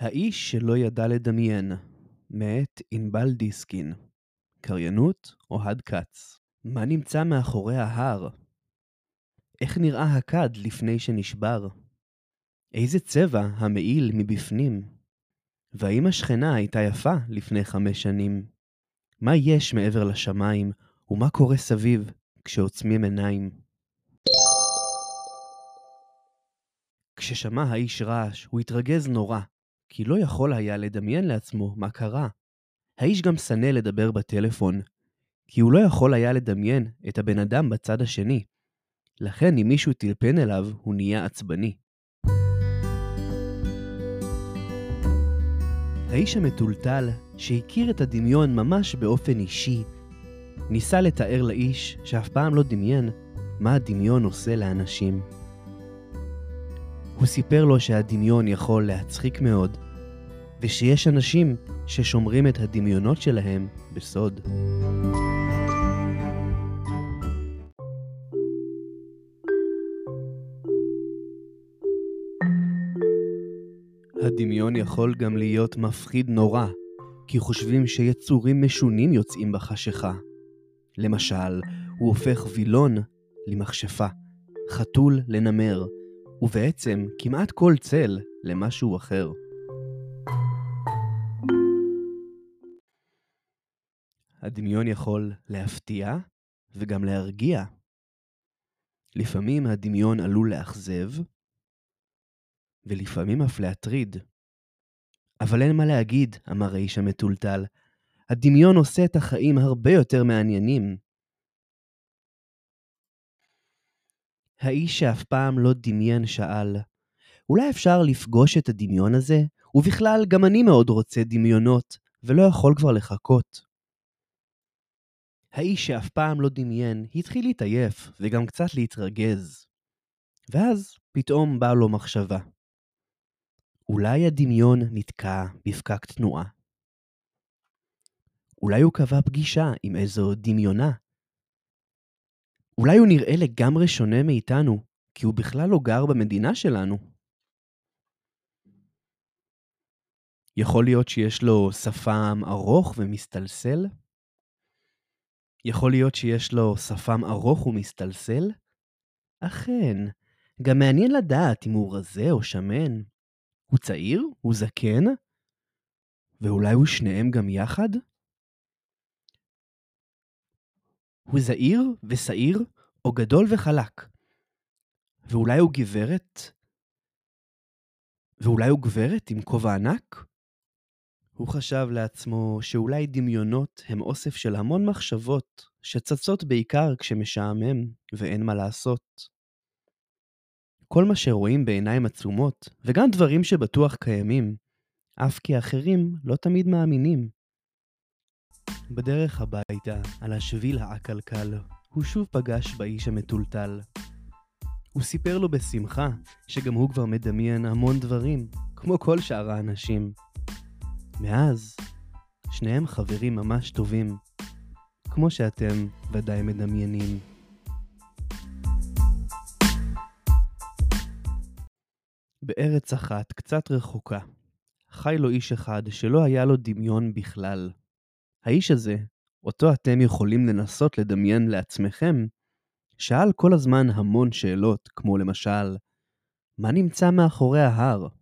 האיש שלא ידע לדמיין, מאת ענבל דיסקין. קריינות אוהד כץ. מה נמצא מאחורי ההר? איך נראה הכד לפני שנשבר? איזה צבע המעיל מבפנים? והאם השכנה הייתה יפה לפני 5 שנים? מה יש מעבר לשמיים, ומה קורה סביב כשעוצמים עיניים? כששמע האיש רעש, הוא התרגז נורא, כי לא יכול היה לדמיין לעצמו מה קרה. האיש גם שנא לדבר בטלפון, כי הוא לא יכול היה לדמיין את הבן אדם בצד השני. לכן אם מישהו טלפן אליו, הוא נהיה עצבני. האיש המטולטל, שהכיר את הדמיון ממש באופן אישי, ניסה לתאר לאיש שאף פעם לא דמיין מה הדמיון עושה לאנשים. הוא סיפר לו שהדמיון יכול להצחיק מאוד, ושיש אנשים ששומרים את הדמיונות שלהם בסוד. הדמיון יכול גם להיות מפחיד נורא, כי חושבים שיצורים משונים יוצאים בחשיכה. למשל, הוא הופך וילון למכשפה, חתול לנמר, ובעצם כמעט כל צל למשהו אחר. הדמיון יכול להפתיע וגם להרגיע. לפעמים הדמיון עלול לאכזב, ולפעמים אף להטריד. אבל אין מה להגיד, אמר האיש המטולטל. הדמיון עושה את החיים הרבה יותר מעניינים. האיש שאף פעם לא דמיין שאל, אולי אפשר לפגוש את הדמיון הזה? ובכלל גם אני מאוד רוצה דמיונות, ולא יכול כבר לחכות. האיש שאף פעם לא דמיין התחיל להתעייף וגם קצת להתרגז. ואז פתאום באה לו מחשבה. אולי הדמיון נתקע בפקק תנועה. אולי הוא קבע פגישה עם איזו דמיונה. אולי הוא נראה לגמרי שונה מאיתנו, כי הוא בכלל לא גר במדינה שלנו. יכול להיות שיש לו שפם ארוך ומסתלסל? יכול להיות שיש לו שפם ארוך ומסתלסל? אכן, גם מעניין לדעת אם הוא רזה או שמן. הוא צעיר? הוא זקן? ואולי הוא שניהם גם יחד? הוא זעיר ושעיר או גדול וחלק? ואולי הוא גברת? ואולי הוא גברת עם כובע ענק? הוא חשב לעצמו שאולי דמיונות הם אוסף של המון מחשבות שצצות בעיקר כשמשעמם ואין מה לעשות. כל מה שרואים בעיניים עצומות, וגם דברים שבטוח קיימים, אף כי האחרים לא תמיד מאמינים. בדרך הביתה, על השביל העקלקל, הוא שוב פגש באיש המטולטל. הוא סיפר לו בשמחה שגם הוא כבר מדמיין המון דברים, כמו כל שאר האנשים. מאז, שניהם חברים ממש טובים, כמו שאתם ודאי מדמיינים. בארץ אחת קצת רחוקה, חי לו איש אחד שלא היה לו דמיון בכלל. האיש הזה, אותו אתם יכולים לנסות לדמיין לעצמכם, שאל כל הזמן המון שאלות, כמו למשל, מה נמצא מאחורי ההר?